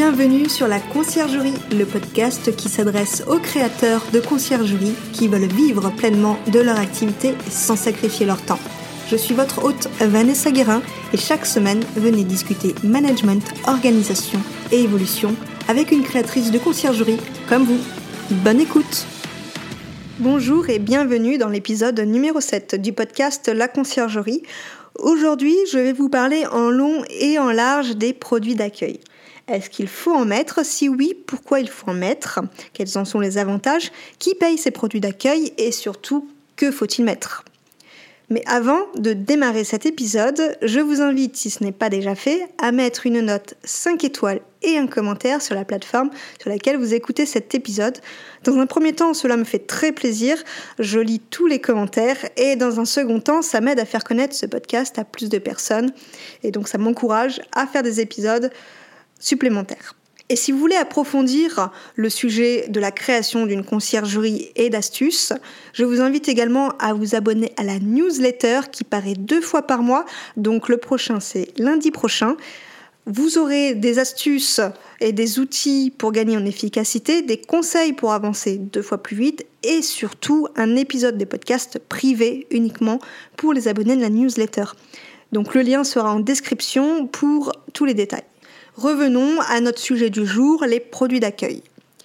Bienvenue sur la Conciergerie, le podcast qui s'adresse aux créateurs de conciergerie qui veulent vivre pleinement de leur activité sans sacrifier leur temps. Je suis votre hôte Vanessa Guérin et chaque semaine, venez discuter management, organisation et évolution avec une créatrice de conciergerie comme vous. Bonne écoute! Bonjour et bienvenue dans l'épisode numéro 7 du podcast La Conciergerie. Aujourd'hui, je vais vous parler en long et en large des produits d'accueil. Est-ce qu'il faut en mettre ? Si oui, pourquoi il faut en mettre ? Quels en sont les avantages ? Qui paye ces produits d'accueil ? Et surtout, que faut-il mettre ? Mais avant de démarrer cet épisode, je vous invite, si ce n'est pas déjà fait, à mettre une note 5 étoiles et un commentaire sur la plateforme sur laquelle vous écoutez cet épisode. Dans un premier temps, cela me fait très plaisir, je lis tous les commentaires et dans un second temps, ça m'aide à faire connaître ce podcast à plus de personnes et donc ça m'encourage à faire des épisodes supplémentaires. Et si vous voulez approfondir le sujet de la création d'une conciergerie et d'astuces, je vous invite également à vous abonner à la newsletter qui paraît 2 fois par mois. Donc le prochain, c'est lundi prochain. Vous aurez des astuces et des outils pour gagner en efficacité, des conseils pour avancer 2 fois plus vite et surtout un épisode des podcasts privé uniquement pour les abonnés de la newsletter. Donc le lien sera en description pour tous les détails. Revenons à notre sujet du jour, les produits d'accueil.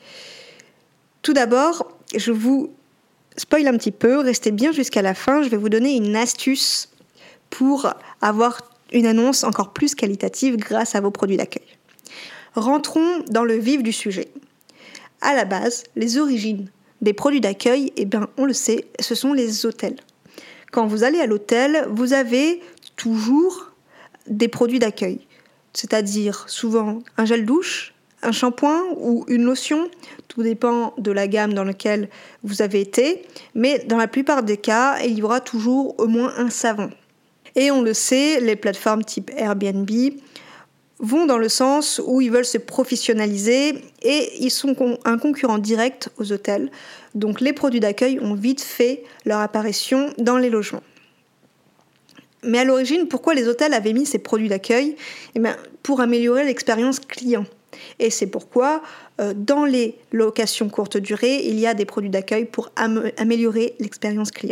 Tout d'abord, je vous spoil un petit peu, restez bien jusqu'à la fin, je vais vous donner une astuce pour avoir une annonce encore plus qualitative grâce à vos produits d'accueil. Rentrons dans le vif du sujet. À la base, les origines des produits d'accueil, on le sait, ce sont les hôtels. Quand vous allez à l'hôtel, vous avez toujours des produits d'accueil. C'est-à-dire souvent un gel douche, un shampoing ou une lotion, tout dépend de la gamme dans laquelle vous avez été, mais dans la plupart des cas, il y aura toujours au moins un savon. Et on le sait, les plateformes type Airbnb vont dans le sens où ils veulent se professionnaliser et ils sont un concurrent direct aux hôtels. Donc les produits d'accueil ont vite fait leur apparition dans les logements. Mais à l'origine, pourquoi les hôtels avaient mis ces produits d'accueil ? Pour améliorer l'expérience client. Et c'est pourquoi, dans les locations courte durée, il y a des produits d'accueil pour améliorer l'expérience client.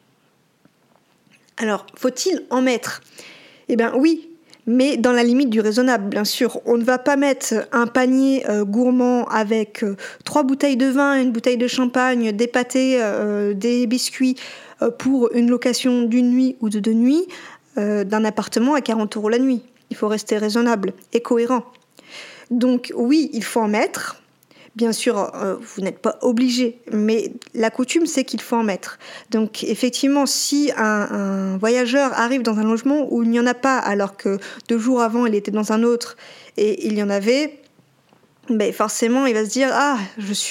Alors, faut-il en mettre ? Oui, mais dans la limite du raisonnable, bien sûr. On ne va pas mettre un panier gourmand avec 3 bouteilles de vin, une bouteille de champagne, des pâtés, des biscuits pour une location d'une nuit ou de 2 nuits d'un appartement à 40 € la nuit. Il faut rester raisonnable et cohérent. Donc oui, il faut en mettre. Bien sûr, vous n'êtes pas obligé, mais la coutume, c'est qu'il faut en mettre. Donc effectivement, si un voyageur arrive dans un logement où il n'y en a pas, alors que 2 jours avant, il était dans un autre et il y en avait, forcément, il va se dire « Ah,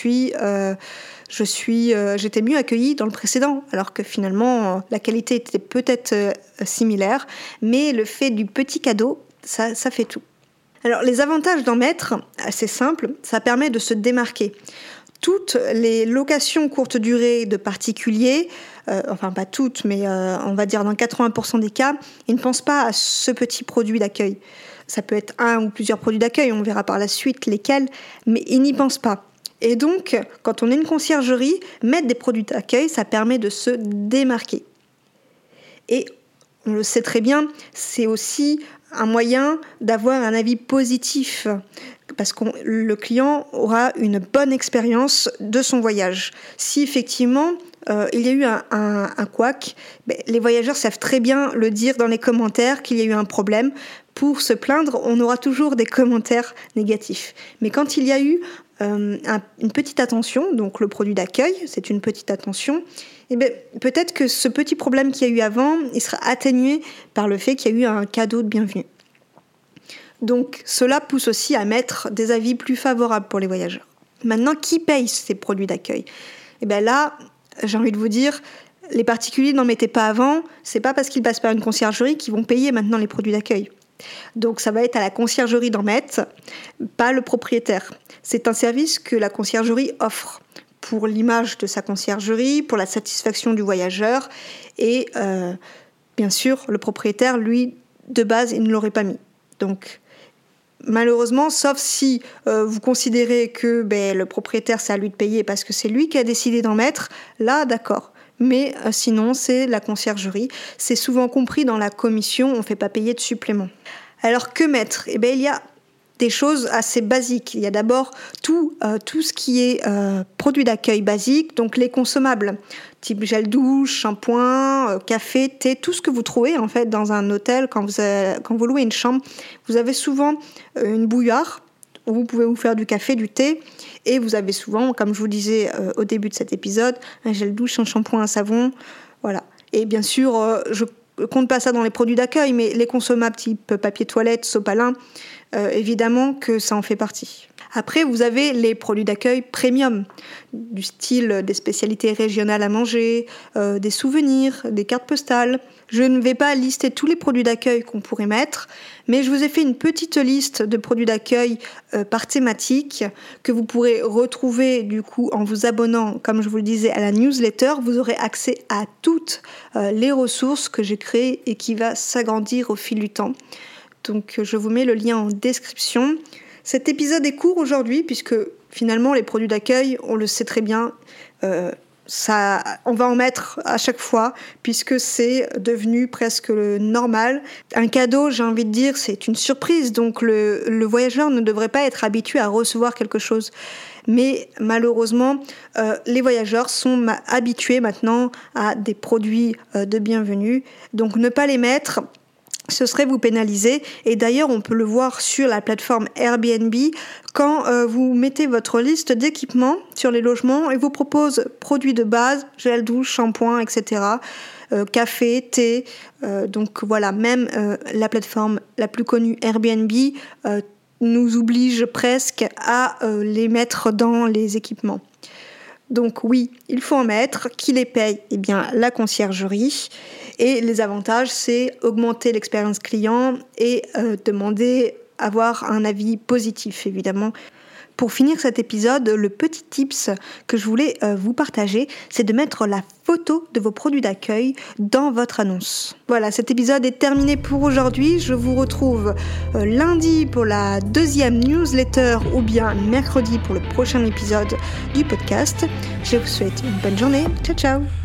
j'étais mieux accueilli dans le précédent », alors que finalement, la qualité était peut-être similaire, mais le fait du petit cadeau, ça fait tout. Alors, les avantages d'en mettre, assez simple, ça permet de se démarquer. Toutes les locations courte durée de particuliers, pas toutes, mais on va dire dans 80% des cas, ils ne pensent pas à ce petit produit d'accueil. Ça peut être un ou plusieurs produits d'accueil, on verra par la suite lesquels, mais ils n'y pensent pas. Et donc, quand on est une conciergerie, mettre des produits d'accueil, ça permet de se démarquer. Et on le sait très bien, c'est aussi un moyen d'avoir un avis positif parce que le client aura une bonne expérience de son voyage. Si effectivement il y a eu un couac, les voyageurs savent très bien le dire dans les commentaires qu'il y a eu un problème. Pour se plaindre, on aura toujours des commentaires négatifs. Mais quand il y a eu une petite attention, donc le produit d'accueil, c'est une petite attention, peut-être que ce petit problème qu'il y a eu avant, il sera atténué par le fait qu'il y a eu un cadeau de bienvenue. Donc cela pousse aussi à mettre des avis plus favorables pour les voyageurs. Maintenant, qui paye ces produits d'accueil ? Là, j'ai envie de vous dire, les particuliers n'en mettaient pas avant, c'est pas parce qu'ils passent par une conciergerie qu'ils vont payer maintenant les produits d'accueil. Donc ça va être à la conciergerie d'en mettre, pas le propriétaire. C'est un service que la conciergerie offre pour l'image de sa conciergerie, pour la satisfaction du voyageur et bien sûr le propriétaire, lui, de base, il ne l'aurait pas mis. Donc malheureusement, sauf si vous considérez que le propriétaire, c'est à lui de payer parce que c'est lui qui a décidé d'en mettre, là, d'accord. Mais sinon, c'est la conciergerie. C'est souvent compris dans la commission, on ne fait pas payer de supplément. Alors, que mettre ? Il y a des choses assez basiques. Il y a d'abord tout ce qui est produits d'accueil basiques, donc les consommables, type gel douche, shampoing, café, thé, tout ce que vous trouvez en fait dans un hôtel quand vous louez une chambre. Vous avez souvent une bouilloire où vous pouvez vous faire du café, du thé, et vous avez souvent, comme je vous disais au début de cet épisode, un gel douche, un shampoing, un savon, voilà. Et bien sûr, je compte pas ça dans les produits d'accueil, mais les consommables type papier toilette, sopalin, évidemment que ça en fait partie. Après, vous avez les produits d'accueil premium, du style des spécialités régionales à manger, des souvenirs, des cartes postales. Je ne vais pas lister tous les produits d'accueil qu'on pourrait mettre, mais je vous ai fait une petite liste de produits d'accueil par thématique que vous pourrez retrouver du coup en vous abonnant, comme je vous le disais, à la newsletter. Vous aurez accès à toutes les ressources que j'ai créées et qui va s'agrandir au fil du temps. Donc je vous mets le lien en description. Cet épisode est court aujourd'hui puisque finalement les produits d'accueil, on le sait très bien, on va en mettre à chaque fois puisque c'est devenu presque normal. Un cadeau, j'ai envie de dire, c'est une surprise, donc le voyageur ne devrait pas être habitué à recevoir quelque chose. Mais malheureusement, les voyageurs sont habitués maintenant à des produits de bienvenue, donc ne pas les mettre, ce serait vous pénaliser. Et d'ailleurs, on peut le voir sur la plateforme Airbnb quand vous mettez votre liste d'équipements sur les logements et vous propose produits de base, gel douche, shampoing, etc., café, thé. Donc voilà, même la plateforme la plus connue Airbnb nous oblige presque à les mettre dans les équipements. Donc oui, il faut en mettre. Qui les paye ? La conciergerie. Et les avantages, c'est augmenter l'expérience client et demander avoir un avis positif, évidemment. Pour finir cet épisode, le petit tips que je voulais vous partager, c'est de mettre la photo de vos produits d'accueil dans votre annonce. Voilà, cet épisode est terminé pour aujourd'hui. Je vous retrouve lundi pour la 2e newsletter ou bien mercredi pour le prochain épisode du podcast. Je vous souhaite une bonne journée. Ciao, ciao!